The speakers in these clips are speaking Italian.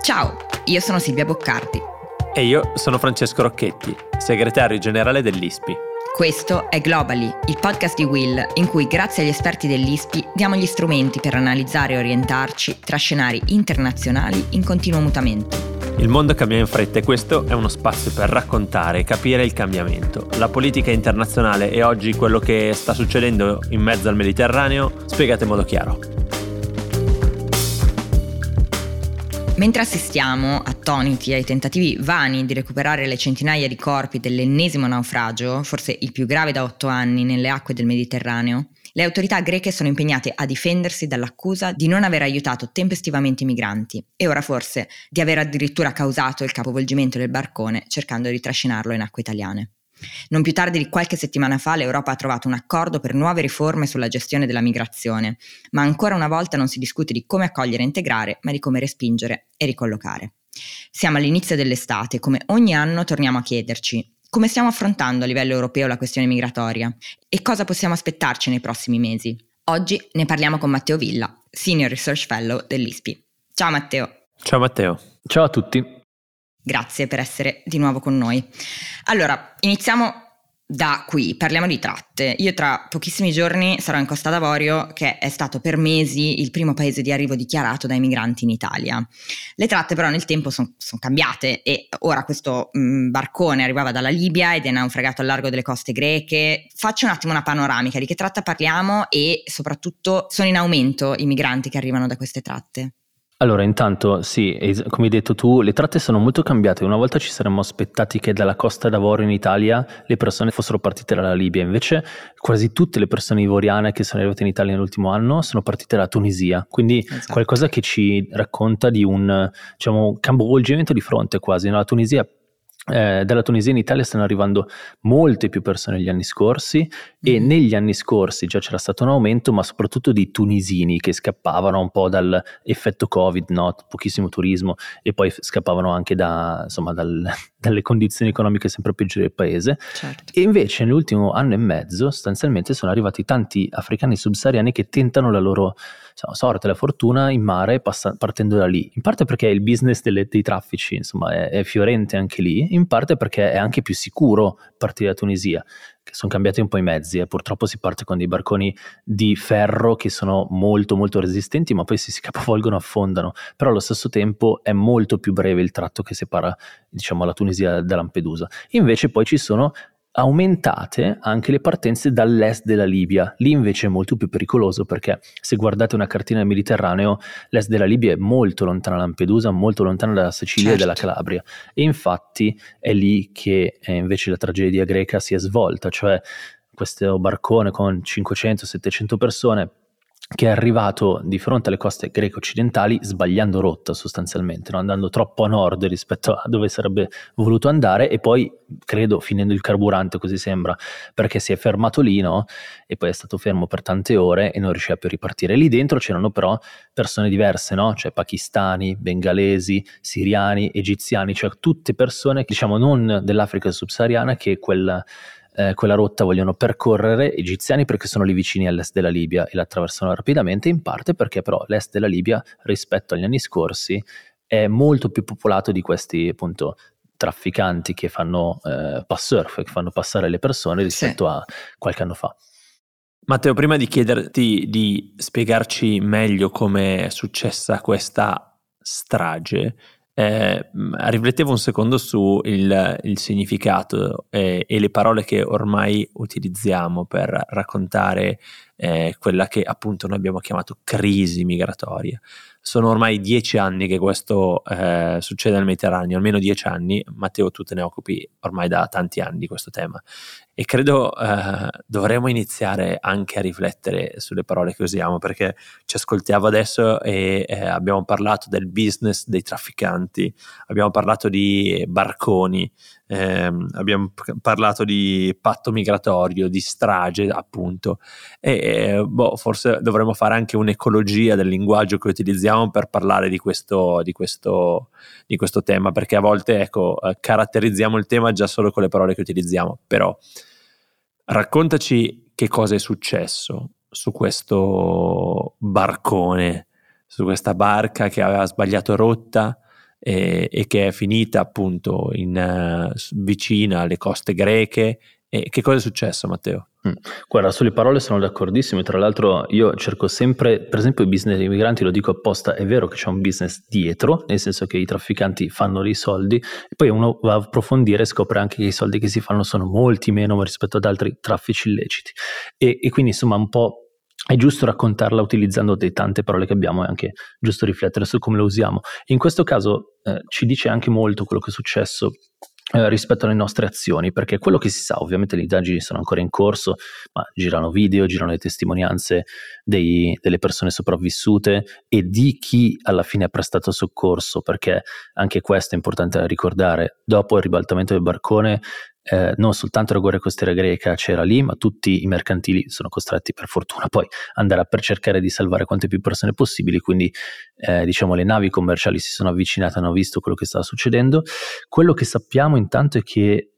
Ciao, io sono Silvia Boccardi. E io sono Francesco Rocchetti, segretario generale dell'ISPI. Questo è Globally, il podcast di Will, in cui grazie agli esperti dell'ISPI diamo gli strumenti per analizzare e orientarci tra scenari internazionali in continuo mutamento. Il mondo cambia in fretta e questo è uno spazio per raccontare e capire il cambiamento. La politica internazionale e oggi quello che sta succedendo in mezzo al Mediterraneo, spiegate in modo chiaro. Mentre assistiamo, attoniti, ai tentativi vani di recuperare le centinaia di corpi dell'ennesimo naufragio, forse il più grave da 8 anni nelle acque del Mediterraneo, le autorità greche sono impegnate a difendersi dall'accusa di non aver aiutato tempestivamente i migranti e ora forse di aver addirittura causato il capovolgimento del barcone cercando di trascinarlo in acque italiane. Non più tardi di qualche settimana fa l'Europa ha trovato un accordo per nuove riforme sulla gestione della migrazione, ma ancora una volta non si discute di come accogliere e integrare, ma di come respingere e ricollocare. Siamo all'inizio dell'estate, come ogni anno torniamo a chiederci come stiamo affrontando a livello europeo la questione migratoria e cosa possiamo aspettarci nei prossimi mesi. Oggi ne parliamo con Matteo Villa, Senior Research Fellow dell'ISPI. Ciao Matteo. Ciao Matteo. Ciao a tutti. Grazie per essere di nuovo con noi. Allora, iniziamo da qui, parliamo di tratte. Io tra pochissimi giorni sarò in Costa d'Avorio, che è stato per mesi il primo paese di arrivo dichiarato dai migranti in Italia. Le tratte però nel tempo sono cambiate e ora questo barcone arrivava dalla Libia ed è naufragato al largo delle coste greche. Faccio un attimo una panoramica di che tratta parliamo e soprattutto sono in aumento i migranti che arrivano da queste tratte. Allora, intanto sì, come hai detto tu, le tratte sono molto cambiate. Una volta ci saremmo aspettati che dalla Costa d'Avorio in Italia le persone fossero partite dalla Libia, invece quasi tutte le persone ivoriane che sono arrivate in Italia nell'ultimo anno sono partite dalla Tunisia, quindi Esatto. Qualcosa che ci racconta di un capovolgimento di fronte quasi. Dalla Tunisia in Italia stanno arrivando molte più persone negli anni scorsi e negli anni scorsi già c'era stato un aumento, ma soprattutto di tunisini che scappavano un po' dall'effetto Covid, no? Pochissimo turismo, e poi scappavano anche dalle condizioni economiche sempre peggiori del paese. Certo. E invece nell'ultimo anno e mezzo sostanzialmente sono arrivati tanti africani subsahariani che tentano la loro sorte, la fortuna in mare partendo da lì, in parte perché il business dei traffici è fiorente anche lì, in parte perché è anche più sicuro partire da Tunisia, che sono cambiati un po' i mezzi e purtroppo si parte con dei barconi di ferro che sono molto molto resistenti, ma poi si capovolgono, affondano, però allo stesso tempo è molto più breve il tratto che separa la Tunisia da Lampedusa. Invece poi ci sono aumentate anche le partenze dall'est della Libia. Lì invece è molto più pericoloso, perché se guardate una cartina del Mediterraneo, l'est della Libia è molto lontana da Lampedusa, molto lontana dalla Sicilia, Certo. e dalla Calabria, e infatti è lì che invece la tragedia greca si è svolta, cioè questo barcone con 500-700 persone che è arrivato di fronte alle coste greche occidentali sbagliando rotta sostanzialmente, no? Andando troppo a nord rispetto a dove sarebbe voluto andare, e poi credo finendo il carburante, così sembra, perché si è fermato lì, no? E poi è stato fermo per tante ore e non riusciva più a ripartire. Lì dentro c'erano però persone diverse, no? Cioè pakistani, bengalesi, siriani, egiziani, cioè tutte persone non dell'Africa subsahariana che quella rotta vogliono percorrere, egiziani perché sono lì vicini all'est della Libia e la attraversano rapidamente, in parte perché però l'est della Libia rispetto agli anni scorsi è molto più popolato di questi appunto trafficanti che fanno pass-surf, che fanno passare le persone rispetto a qualche anno fa. Matteo, prima di chiederti di spiegarci meglio come è successa questa strage, riflettevo un secondo su il significato e le parole che ormai utilizziamo per raccontare quella che appunto noi abbiamo chiamato crisi migratoria. Sono ormai 10 anni che questo succede nel Mediterraneo, almeno 10 anni. Matteo, tu te ne occupi ormai da tanti anni di questo tema e credo dovremmo iniziare anche a riflettere sulle parole che usiamo, perché ci ascoltiamo adesso e abbiamo parlato del business dei trafficanti, abbiamo parlato di barconi, abbiamo parlato di patto migratorio, di strage appunto, e forse dovremmo fare anche un'ecologia del linguaggio che utilizziamo per parlare di questo tema, perché a volte caratterizziamo il tema già solo con le parole che utilizziamo. Però raccontaci che cosa è successo su questo barcone, su questa barca che aveva sbagliato rotta e che è finita appunto vicina alle coste greche. E che cosa è successo, Matteo? Guarda, sulle parole sono d'accordissimo. Tra l'altro io cerco sempre, per esempio il business dei migranti, lo dico apposta, è vero che c'è un business dietro, nel senso che i trafficanti fanno dei soldi, e poi uno va a approfondire e scopre anche che i soldi che si fanno sono molti meno rispetto ad altri traffici illeciti, e quindi insomma un po' è giusto raccontarla utilizzando le tante parole che abbiamo, e anche giusto riflettere su come lo usiamo. In questo caso ci dice anche molto quello che è successo rispetto alle nostre azioni, perché quello che si sa, ovviamente le indagini sono ancora in corso, ma girano video, girano le testimonianze delle persone sopravvissute e di chi alla fine ha prestato soccorso, perché anche questo è importante da ricordare. Dopo il ribaltamento del barcone, non soltanto la guardia costiera greca c'era lì, ma tutti i mercantili sono costretti, per fortuna, poi andare per cercare di salvare quante più persone possibili, quindi diciamo le navi commerciali si sono avvicinate, hanno visto quello che stava succedendo. Quello che sappiamo intanto è che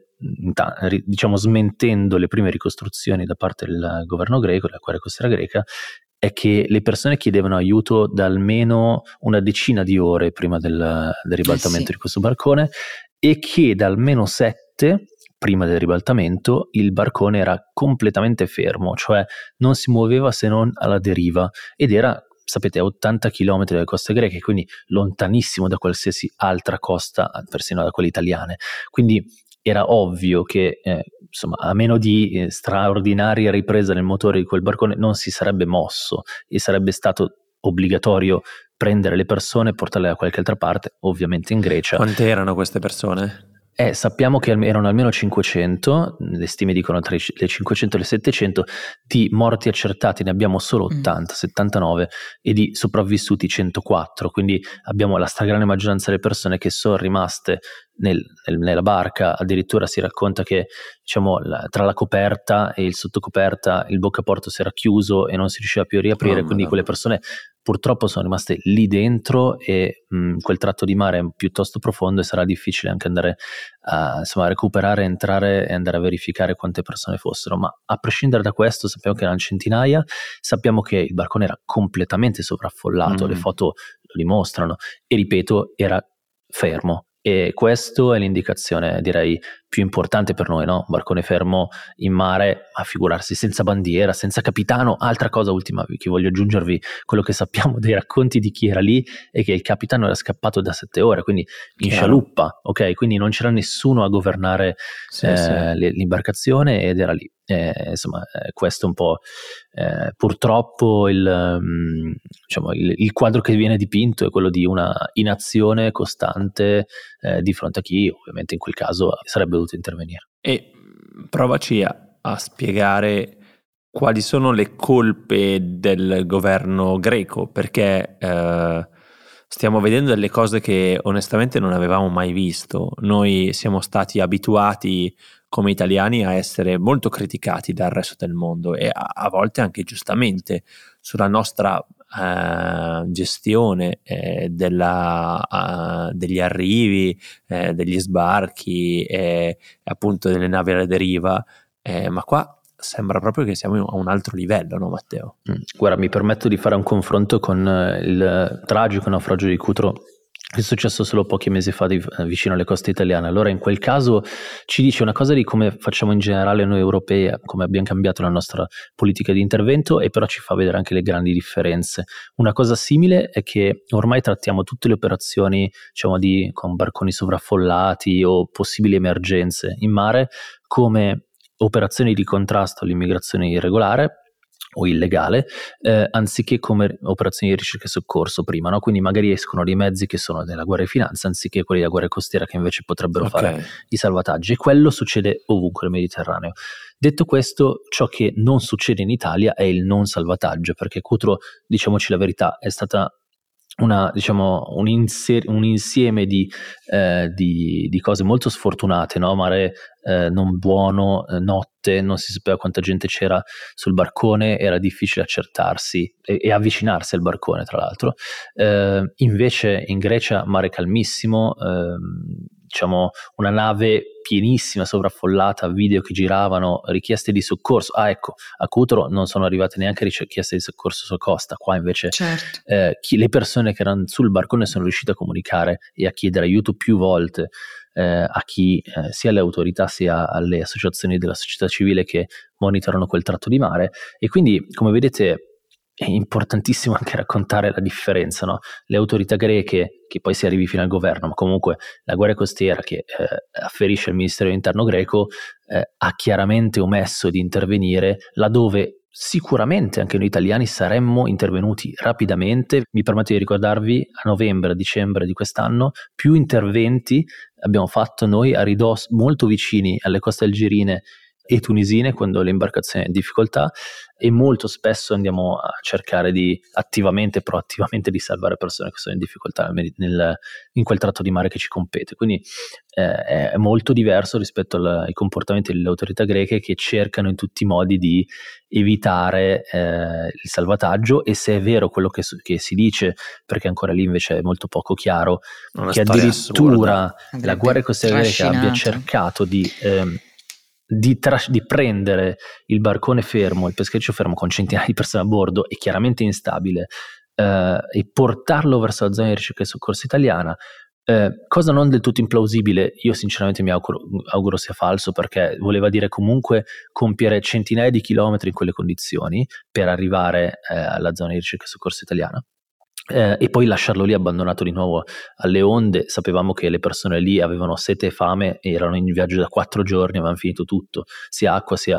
diciamo smentendo le prime ricostruzioni da parte del governo greco, della guardia costiera greca, è che le persone chiedevano aiuto da almeno una decina di ore prima del ribaltamento di questo barcone, e che da almeno 7 prima del ribaltamento il barcone era completamente fermo, cioè non si muoveva se non alla deriva, ed era, sapete, a 80 km dalle coste greche, quindi lontanissimo da qualsiasi altra costa, persino da quelle italiane. Quindi era ovvio che insomma, a meno di straordinaria ripresa nel motore di quel barcone, non si sarebbe mosso e sarebbe stato obbligatorio prendere le persone e portarle da qualche altra parte, ovviamente in Grecia. Quante erano queste persone? Sappiamo che erano almeno 500, le stime dicono tra le 500 e le 700, di morti accertati ne abbiamo solo 80, 79, e di sopravvissuti 104, quindi abbiamo la stragrande maggioranza delle persone che sono rimaste nella barca. Addirittura si racconta che, diciamo, tra la coperta e il sottocoperta il boccaporto si era chiuso e non si riusciva più a riaprire, quindi quelle persone purtroppo sono rimaste lì dentro, e quel tratto di mare è piuttosto profondo e sarà difficile anche andare a recuperare, entrare e andare a verificare quante persone fossero. Ma a prescindere da questo, sappiamo che erano centinaia, sappiamo che il barcone era completamente sovraffollato, le foto lo dimostrano, e ripeto, era fermo. E questo è l'indicazione, direi, più importante per noi, no? Un barcone fermo in mare, a figurarsi, senza bandiera, senza capitano. Altra cosa ultima che voglio aggiungervi, quello che sappiamo dei racconti di chi era lì è che il capitano era scappato da 7 ore, quindi in scialuppa, ok? Quindi non c'era nessuno a governare l'imbarcazione, ed era lì. Insomma, questo è un po' purtroppo il quadro che viene dipinto è quello di una inazione costante di fronte a chi ovviamente in quel caso sarebbe dovuto intervenire. E provaci a spiegare quali sono le colpe del governo greco, perché stiamo vedendo delle cose che onestamente non avevamo mai visto. Noi siamo stati abituati come italiani a essere molto criticati dal resto del mondo, e a volte anche giustamente, sulla nostra gestione degli arrivi, degli sbarchi, appunto delle navi alla deriva, ma qua sembra proprio che siamo a un altro livello, no Matteo? Guarda, mi permetto di fare un confronto con il tragico naufragio di Cutro, che è successo solo pochi mesi fa vicino alle coste italiane. Allora in quel caso ci dice una cosa di come facciamo in generale noi europei, come abbiamo cambiato la nostra politica di intervento, e però ci fa vedere anche le grandi differenze. Una cosa simile è che ormai trattiamo tutte le operazioni, diciamo, con barconi sovraffollati o possibili emergenze in mare come operazioni di contrasto all'immigrazione irregolare o illegale, anziché come operazioni di ricerca e soccorso prima, no? Quindi magari escono dei mezzi che sono della Guardia di Finanza anziché quelli della Guardia Costiera, che invece potrebbero fare i salvataggi, e quello succede ovunque nel Mediterraneo. Detto questo, ciò che non succede in Italia è il non salvataggio, perché Cutro, diciamoci la verità, è stata un insieme di cose molto sfortunate, no? Mare non buono, notte, non si sapeva quanta gente c'era sul barcone, era difficile accertarsi e avvicinarsi al barcone, tra l'altro. Invece in Grecia mare calmissimo, diciamo una nave pienissima, sovraffollata, video che giravano, richieste di soccorso. Ecco, a Cutro non sono arrivate neanche richieste di soccorso su costa, qua invece certo. Le persone che erano sul barcone sono riuscite a comunicare e a chiedere aiuto più volte a chi, sia alle autorità sia alle associazioni della società civile che monitorano quel tratto di mare. E quindi, come vedete, è importantissimo anche raccontare la differenza, no? Le autorità greche, che poi si arrivi fino al governo, ma comunque la guardia costiera che afferisce al Ministero dell'Interno greco ha chiaramente omesso di intervenire laddove sicuramente anche noi italiani saremmo intervenuti rapidamente. Mi permetto di ricordarvi, a novembre, a dicembre di quest'anno, più interventi abbiamo fatto noi a ridosso, molto vicini alle coste algerine e tunisine, quando le imbarcazioni hanno difficoltà, e molto spesso andiamo a cercare di attivamente, proattivamente di salvare persone che sono in difficoltà in quel tratto di mare che ci compete. Quindi è molto diverso rispetto ai comportamenti delle autorità greche, che cercano in tutti i modi di evitare il salvataggio. E se è vero quello che si dice, perché ancora lì invece è molto poco chiaro, che addirittura la guardia costiera greca abbia cercato di prendere il barcone fermo, il peschereccio fermo con centinaia di persone a bordo e chiaramente instabile, e portarlo verso la zona di ricerca e soccorso italiana, cosa non del tutto implausibile. Io sinceramente mi auguro sia falso, perché voleva dire comunque compiere centinaia di chilometri in quelle condizioni per arrivare alla zona di ricerca e soccorso italiana. E poi lasciarlo lì abbandonato di nuovo alle onde. Sapevamo che le persone lì avevano sete e fame, erano in viaggio da 4 giorni, avevano finito tutto, sia acqua sia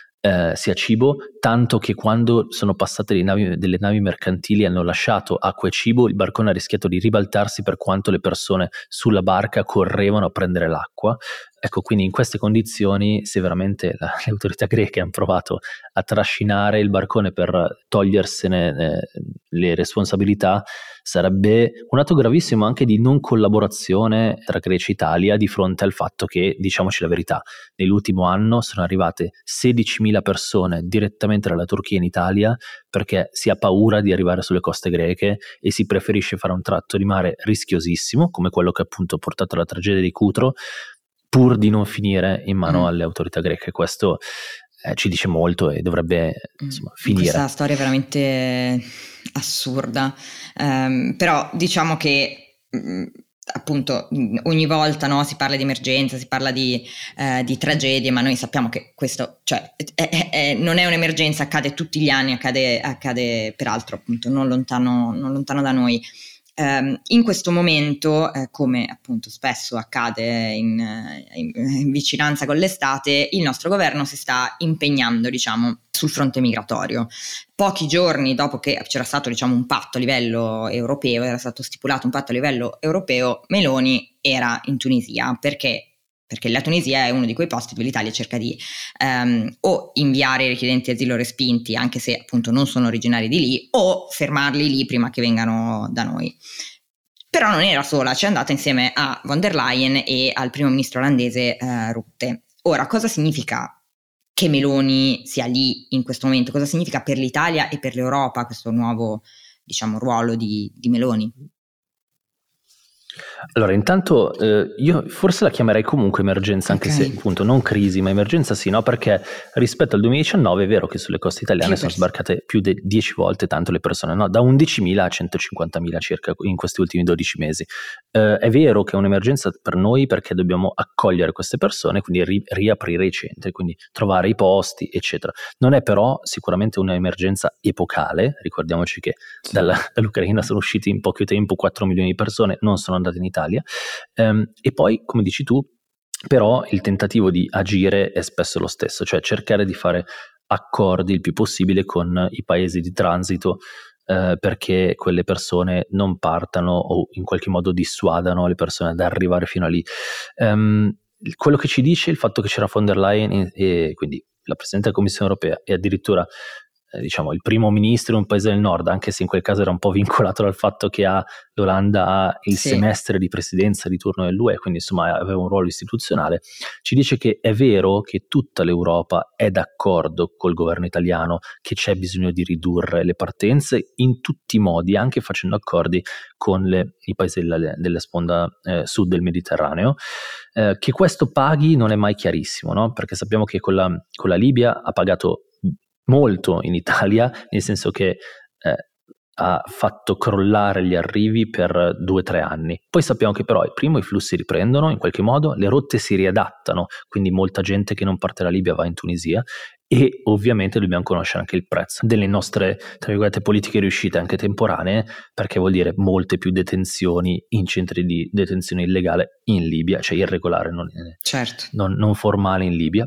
cibo, tanto che quando sono passate delle navi mercantili hanno lasciato acqua e cibo, il barcone ha rischiato di ribaltarsi per quanto le persone sulla barca correvano a prendere l'acqua. Ecco, quindi in queste condizioni, se veramente le autorità greche hanno provato a trascinare il barcone per togliersene le responsabilità, sarebbe un atto gravissimo anche di non collaborazione tra Grecia e Italia, di fronte al fatto che, diciamoci la verità, nell'ultimo anno sono arrivate 16.000 persone direttamente dalla Turchia in Italia, perché si ha paura di arrivare sulle coste greche e si preferisce fare un tratto di mare rischiosissimo, come quello che appunto ha portato alla tragedia di Cutro, pur di non finire in mano alle autorità greche. Questo ci dice molto e dovrebbe finire. Questa storia è veramente assurda, però diciamo che appunto ogni volta, no, si parla di emergenza, si parla di tragedie, ma noi sappiamo che questo, cioè, non è un'emergenza, accade tutti gli anni, accade peraltro appunto non lontano da noi. In questo momento, come appunto spesso accade in vicinanza con l'estate, il nostro governo si sta impegnando, diciamo, sul fronte migratorio. Pochi giorni dopo che c'era stato, diciamo, un patto a livello europeo, era stato stipulato un patto a livello europeo, Meloni era in Tunisia. Perché la Tunisia è uno di quei posti dove l'Italia cerca di o inviare i richiedenti asilo respinti, anche se appunto non sono originari di lì, o fermarli lì prima che vengano da noi. Però non era sola, c'è andata insieme a von der Leyen e al primo ministro olandese Rutte. Ora, cosa significa che Meloni sia lì in questo momento? Cosa significa per l'Italia e per l'Europa questo nuovo, diciamo, ruolo di Meloni? Allora, intanto io forse la chiamerei comunque emergenza, anche se appunto non crisi, ma emergenza sì, no? Perché rispetto al 2019 è vero che sulle coste italiane sono sbarcate più di 10 volte tanto le persone, no? Da 11.000 a 150.000 circa in questi ultimi 12 mesi. È vero che è un'emergenza per noi perché dobbiamo accogliere queste persone, quindi riaprire i centri, quindi trovare i posti, eccetera. Non è però sicuramente un'emergenza epocale. Ricordiamoci che dall'Ucraina sono usciti in poco tempo 4 milioni di persone, non sono andate in Italia, e poi, come dici tu, però il tentativo di agire è spesso lo stesso, cioè cercare di fare accordi il più possibile con i paesi di transito, perché quelle persone non partano o in qualche modo dissuadano le persone ad arrivare fino a lì. Quello che ci dice il fatto che c'era von der Leyen e quindi la Presidente della Commissione Europea e addirittura diciamo, il primo ministro in un paese del nord, anche se in quel caso era un po' vincolato dal fatto che l'Olanda ha il semestre di presidenza di turno dell'UE, quindi insomma aveva un ruolo istituzionale, ci dice che è vero che tutta l'Europa è d'accordo col governo italiano che c'è bisogno di ridurre le partenze in tutti i modi, anche facendo accordi con i paesi della sponda sud del Mediterraneo. Che questo paghi non è mai chiarissimo, no? Perché sappiamo che con la Libia ha pagato molto in Italia, nel senso che ha fatto crollare gli arrivi per 2-3 anni. Poi sappiamo che però prima i flussi riprendono in qualche modo, le rotte si riadattano, quindi molta gente che non parte dalla Libia va in Tunisia, e ovviamente dobbiamo conoscere anche il prezzo delle nostre, tra virgolette, politiche riuscite anche temporanee, perché vuol dire molte più detenzioni in centri di detenzione illegale in Libia, cioè irregolare, non formale in Libia.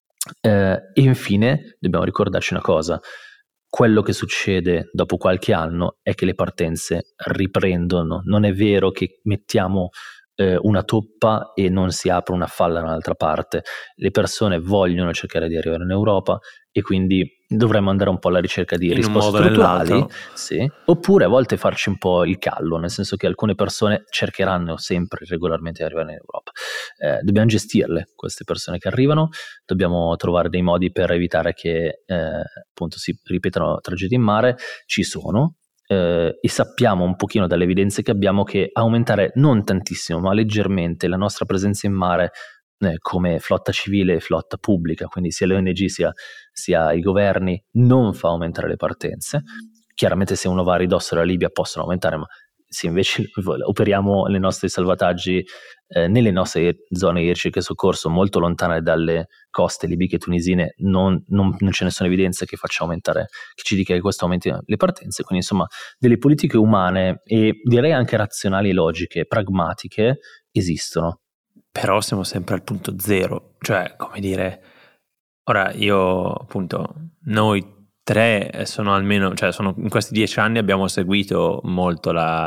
E infine dobbiamo ricordarci una cosa: quello che succede dopo qualche anno è che le partenze riprendono. Non è vero che mettiamo una toppa e non si apre una falla da un'altra parte. Le persone vogliono cercare di arrivare in Europa e quindi dovremmo andare un po' alla ricerca di risposte strutturali, sì, oppure a volte farci un po' il callo, nel senso che alcune persone cercheranno sempre regolarmente di arrivare in Europa. Dobbiamo gestirle queste persone che arrivano, dobbiamo trovare dei modi per evitare che appunto si ripetano tragedie in mare. Ci sono, e sappiamo un pochino dalle evidenze che abbiamo che aumentare non tantissimo ma leggermente la nostra presenza in mare come flotta civile e flotta pubblica, quindi sia le ONG sia i governi, non fa aumentare le partenze. Chiaramente se uno va a ridosso della Libia possono aumentare, ma se invece operiamo nei nostri salvataggi nelle nostre zone di ricerca e soccorso molto lontane dalle coste libiche e tunisine, non ce ne sono evidenze che faccia aumentare, che ci dica che questo aumenti le partenze. Quindi insomma delle politiche umane e direi anche razionali e logiche, pragmatiche, esistono. Però siamo sempre al punto zero, cioè come dire, ora io appunto, noi tre sono almeno, cioè sono in questi 10 anni abbiamo seguito molto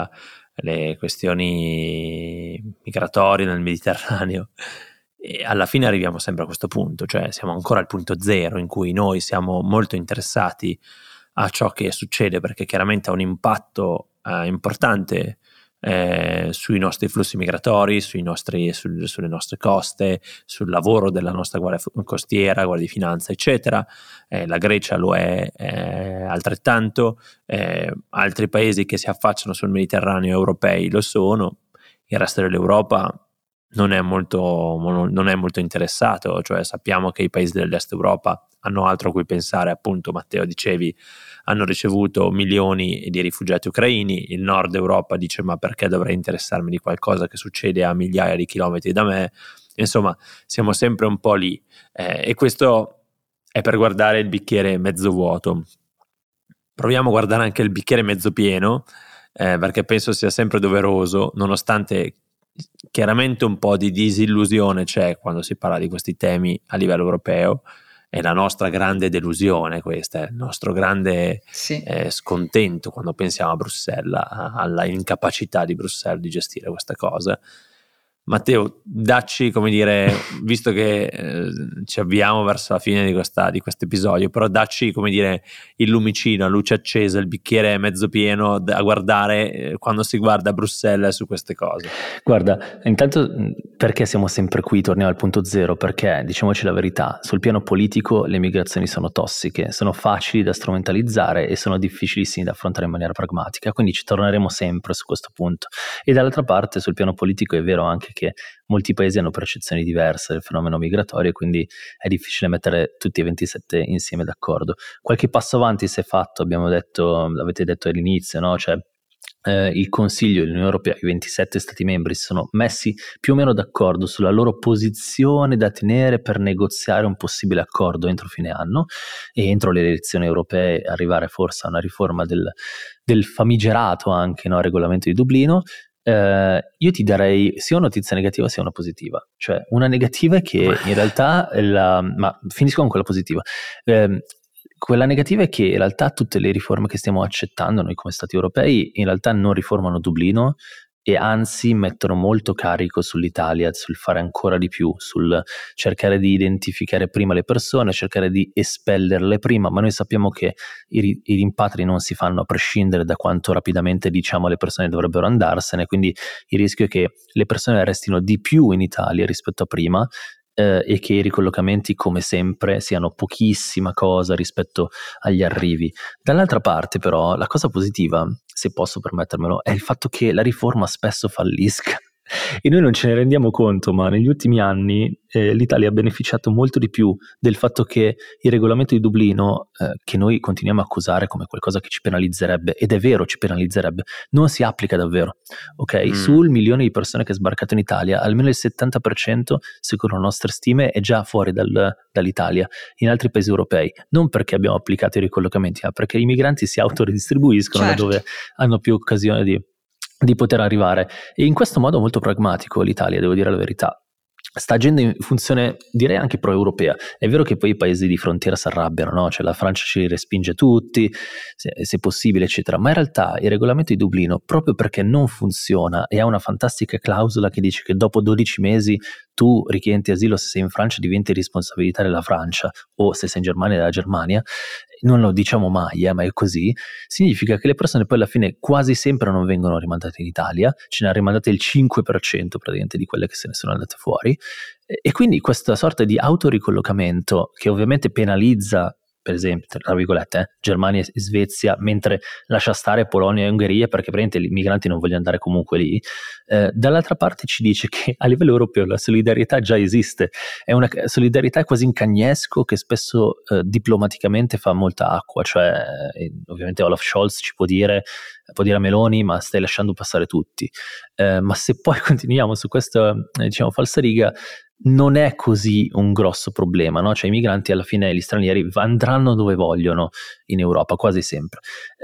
le questioni migratorie nel Mediterraneo e alla fine arriviamo sempre a questo punto, cioè siamo ancora al punto zero in cui noi siamo molto interessati a ciò che succede perché chiaramente ha un impatto importante sui nostri flussi migratori, sulle nostre coste, sul lavoro della nostra guardia costiera, guardia di finanza, eccetera. La Grecia lo è altrettanto, altri paesi che si affacciano sul Mediterraneo europei lo sono, il resto dell'Europa non è molto interessato, cioè sappiamo che i paesi dell'est Europa hanno altro a cui pensare, appunto Matteo dicevi, hanno ricevuto milioni di rifugiati ucraini, il nord Europa dice ma perché dovrei interessarmi di qualcosa che succede a migliaia di chilometri da me, insomma siamo sempre un po' lì e questo è per guardare il bicchiere mezzo vuoto. Proviamo a guardare anche il bicchiere mezzo pieno perché penso sia sempre doveroso, nonostante chiaramente un po' di disillusione c'è quando si parla di questi temi a livello europeo. È la nostra grande delusione questa, è il nostro grande scontento quando pensiamo a Bruxelles, alla incapacità di Bruxelles di gestire questa cosa. Matteo, dacci, come dire, visto che ci avviamo verso la fine di questo episodio, però dacci, come dire, il lumicino, a luce accesa, il bicchiere mezzo pieno a guardare quando si guarda a Bruxelles su queste cose. Guarda, intanto perché siamo sempre qui, torniamo al punto zero, perché diciamoci la verità, sul piano politico le migrazioni sono tossiche, sono facili da strumentalizzare e sono difficilissime da affrontare in maniera pragmatica, quindi ci torneremo sempre su questo punto. E dall'altra parte sul piano politico è vero anche che molti paesi hanno percezioni diverse del fenomeno migratorio e quindi è difficile mettere tutti e 27 insieme d'accordo. Qualche passo avanti si è fatto, abbiamo detto, l'avete detto all'inizio, no? Cioè il Consiglio dell'Unione Europea, i 27 Stati membri si sono messi più o meno d'accordo sulla loro posizione da tenere per negoziare un possibile accordo entro fine anno e entro le elezioni europee arrivare forse a una riforma del famigerato anche, no, regolamento di Dublino. Io ti darei sia una notizia negativa sia una positiva. Cioè una negativa è che in realtà ma finisco con quella positiva. Quella negativa è che in realtà tutte le riforme che stiamo accettando noi come Stati europei in realtà non riformano Dublino e anzi mettono molto carico sull'Italia, sul fare ancora di più, sul cercare di identificare prima le persone, cercare di espellerle prima, ma noi sappiamo che i rimpatri non si fanno a prescindere da quanto rapidamente diciamo alle persone dovrebbero andarsene, quindi il rischio è che le persone restino di più in Italia rispetto a prima, e che i ricollocamenti come sempre siano pochissima cosa rispetto agli arrivi. Dall'altra parte però la cosa positiva, se posso permettermelo, è il fatto che la riforma spesso fallisca e noi non ce ne rendiamo conto, ma negli ultimi anni l'Italia ha beneficiato molto di più del fatto che il regolamento di Dublino, che noi continuiamo a accusare come qualcosa che ci penalizzerebbe, ed è vero ci penalizzerebbe, non si applica davvero, ok? Sul milione di persone che è sbarcato in Italia, almeno il 70% secondo le nostre stime è già fuori dall'Italia, in altri paesi europei, non perché abbiamo applicato i ricollocamenti, ma perché i migranti si autoridistribuiscono, certo, dove hanno più occasione di poter arrivare, e in questo modo molto pragmatico l'Italia, devo dire la verità, sta agendo in funzione, direi, anche pro-europea. È vero che poi i paesi di frontiera si arrabbiano, no? Cioè la Francia ci respinge tutti, se possibile, eccetera, ma in realtà il regolamento di Dublino, proprio perché non funziona e ha una fantastica clausola che dice che dopo 12 mesi tu richiedi asilo, se sei in Francia diventi responsabilità della Francia, o se sei in Germania della Germania, non lo diciamo mai, ma è così, significa che le persone poi alla fine quasi sempre non vengono rimandate in Italia, ce ne ha rimandate il 5% praticamente di quelle che se ne sono andate fuori, e quindi questa sorta di autoricollocamento che ovviamente penalizza, per esempio, tra virgolette, Germania e Svezia, mentre lascia stare Polonia e Ungheria perché praticamente i migranti non vogliono andare comunque lì, dall'altra parte ci dice che a livello europeo la solidarietà già esiste, è una solidarietà quasi in cagnesco che spesso diplomaticamente fa molta acqua, cioè ovviamente Olaf Scholz ci può dire a Meloni ma stai lasciando passare tutti, ma se poi continuiamo su questa diciamo falsariga non è così un grosso problema, no? Cioè i migranti alla fine, gli stranieri andranno dove vogliono in Europa, quasi sempre.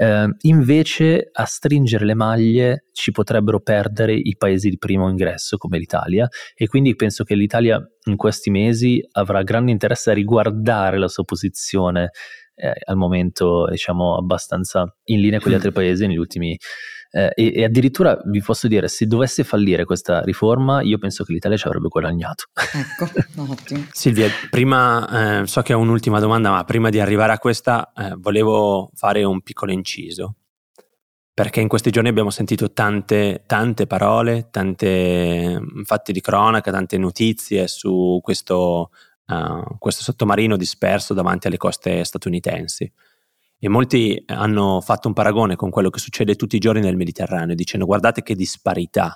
Invece a stringere le maglie ci potrebbero perdere i paesi di primo ingresso come l'Italia, e quindi penso che l'Italia in questi mesi avrà grande interesse a riguardare la sua posizione al momento, diciamo, abbastanza in linea con gli altri paesi negli ultimi e addirittura vi posso dire, se dovesse fallire questa riforma io penso che l'Italia ci avrebbe guadagnato. Ecco, ottimo. Silvia, prima so che ho un'ultima domanda, ma prima di arrivare a questa volevo fare un piccolo inciso, perché in questi giorni abbiamo sentito tante parole, tante fatti di cronaca, tante notizie su questo sottomarino disperso davanti alle coste statunitensi, e molti hanno fatto un paragone con quello che succede tutti i giorni nel Mediterraneo, dicendo guardate che disparità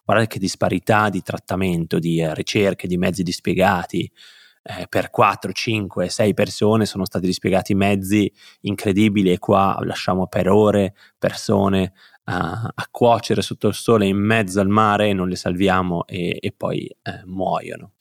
di trattamento, di ricerche, di mezzi dispiegati, per 4, 5, 6 persone sono stati dispiegati mezzi incredibili, e qua lasciamo per ore persone a cuocere sotto il sole in mezzo al mare e non le salviamo e poi muoiono.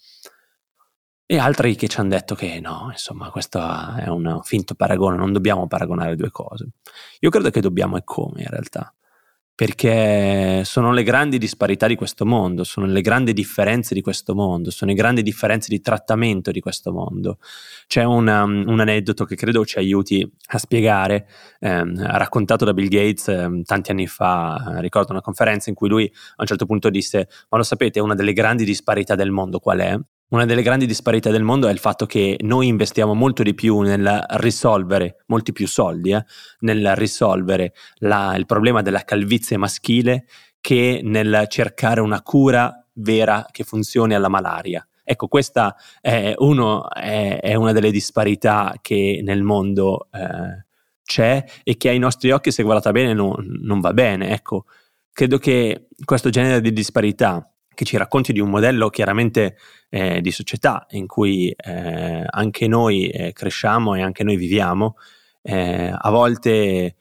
E altri che ci hanno detto che no, insomma, questo è un finto paragone, non dobbiamo paragonare due cose. Io credo che dobbiamo, e come in realtà, perché sono le grandi disparità di questo mondo, sono le grandi differenze di questo mondo, sono le grandi differenze di trattamento di questo mondo. C'è un aneddoto che credo ci aiuti a spiegare, raccontato da Bill Gates tanti anni fa. Ricordo una conferenza in cui lui a un certo punto disse: ma lo sapete, una delle grandi disparità del mondo qual è? Una delle grandi disparità del mondo è il fatto che noi investiamo molto di più nel risolvere, molti più soldi, nel risolvere il problema della calvizie maschile che nel cercare una cura vera che funzioni alla malaria. Ecco, questa è una delle disparità che nel mondo c'è e che ai nostri occhi, se guardata bene, non va bene. Ecco, credo che questo genere di disparità, che ci racconti di un modello chiaramente di società in cui anche noi cresciamo e anche noi viviamo, a volte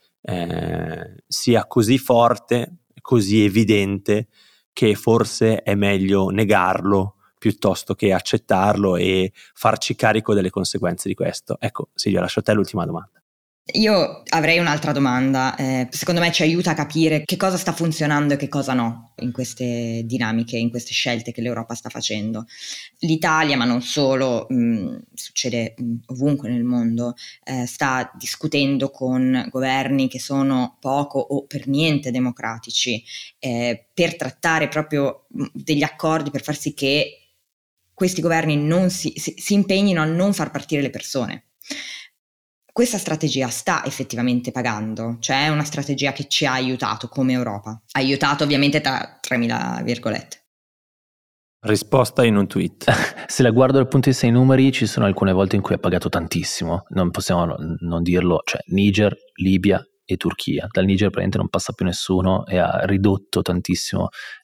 sia così forte, così evidente, che forse è meglio negarlo piuttosto che accettarlo e farci carico delle conseguenze di questo. Ecco, Silvia, lascio a te l'ultima domanda. Io avrei un'altra domanda, secondo me ci aiuta a capire che cosa sta funzionando e che cosa no in queste dinamiche, in queste scelte che l'Europa sta facendo. L'Italia, ma non solo, succede ovunque nel mondo, sta discutendo con governi che sono poco o per niente democratici, per trattare proprio degli accordi, per far sì che questi governi non si impegnino a non far partire le persone. Questa strategia sta effettivamente pagando, cioè è una strategia che ci ha aiutato come Europa. Aiutato ovviamente tra 3.000 virgolette. Risposta in un tweet. Se la guardo dal punto di vista dei numeri, ci sono alcune volte in cui ha pagato tantissimo, non possiamo non dirlo, cioè Niger, Libia e Turchia. Dal Niger praticamente non passa più nessuno e ha ridotto tantissimo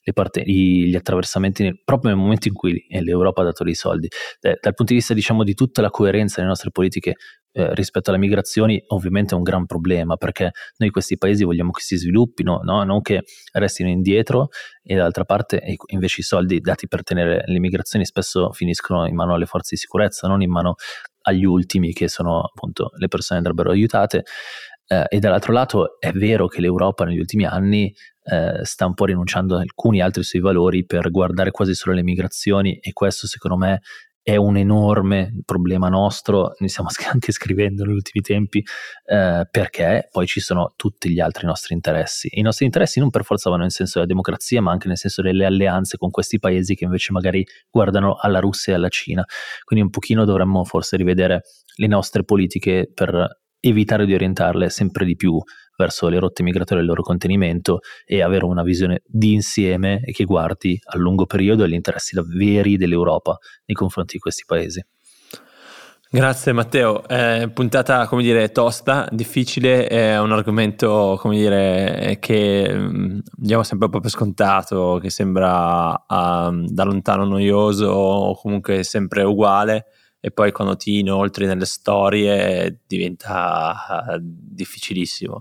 gli attraversamenti proprio nel momento in cui l'Europa ha dato dei soldi. Dal punto di vista, diciamo, di tutta la coerenza delle nostre politiche rispetto alle migrazioni, ovviamente è un gran problema, perché noi questi paesi vogliamo che si sviluppino, no? Non che restino indietro, e dall'altra parte invece i soldi dati per tenere le migrazioni spesso finiscono in mano alle forze di sicurezza, non in mano agli ultimi, che sono appunto le persone che andrebbero aiutate. E dall'altro lato è vero che l'Europa negli ultimi anni sta un po' rinunciando a alcuni altri suoi valori per guardare quasi solo le migrazioni, e questo secondo me è un enorme problema nostro, ne stiamo anche scrivendo negli ultimi tempi, perché poi ci sono tutti gli altri nostri interessi. I nostri interessi non per forza vanno nel senso della democrazia, ma anche nel senso delle alleanze con questi paesi che invece magari guardano alla Russia e alla Cina. Quindi un pochino dovremmo forse rivedere le nostre politiche per evitare di orientarle sempre di più verso le rotte migratorie e il loro contenimento, e avere una visione di insieme e che guardi a lungo periodo agli interessi veri dell'Europa nei confronti di questi paesi. Grazie Matteo, puntata come tosta, difficile, è un argomento come che diamo sempre un po' per scontato, che sembra da lontano noioso o comunque sempre uguale, e poi quando ti inoltri nelle storie diventa difficilissimo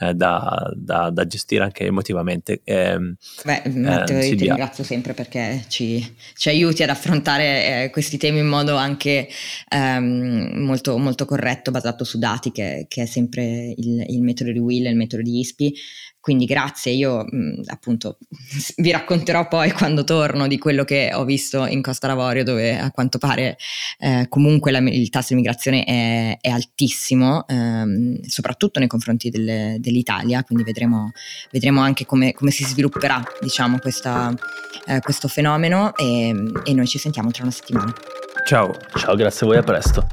da gestire anche emotivamente. Matteo, io ti ringrazio sempre perché ci aiuti ad affrontare questi temi in modo anche molto, molto corretto, basato su dati, che è sempre il metodo di Will e il metodo di ISPI. Quindi grazie, io appunto vi racconterò poi quando torno di quello che ho visto in Costa d'Avorio, dove a quanto pare comunque il tasso di migrazione è altissimo, soprattutto nei confronti dell'Italia, quindi vedremo anche come si svilupperà, diciamo, questo fenomeno, e noi ci sentiamo tra una settimana. Ciao, grazie a voi, a presto.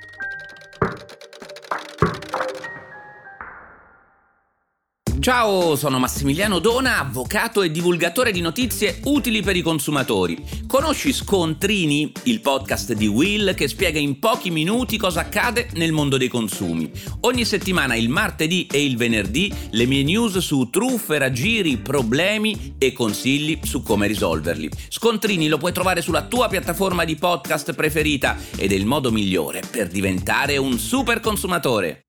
Ciao, sono Massimiliano Dona, avvocato e divulgatore di notizie utili per i consumatori. Conosci Scontrini, il podcast di Will che spiega in pochi minuti cosa accade nel mondo dei consumi. Ogni settimana, il martedì e il venerdì, le mie news su truffe, raggiri, problemi e consigli su come risolverli. Scontrini lo puoi trovare sulla tua piattaforma di podcast preferita ed è il modo migliore per diventare un super consumatore.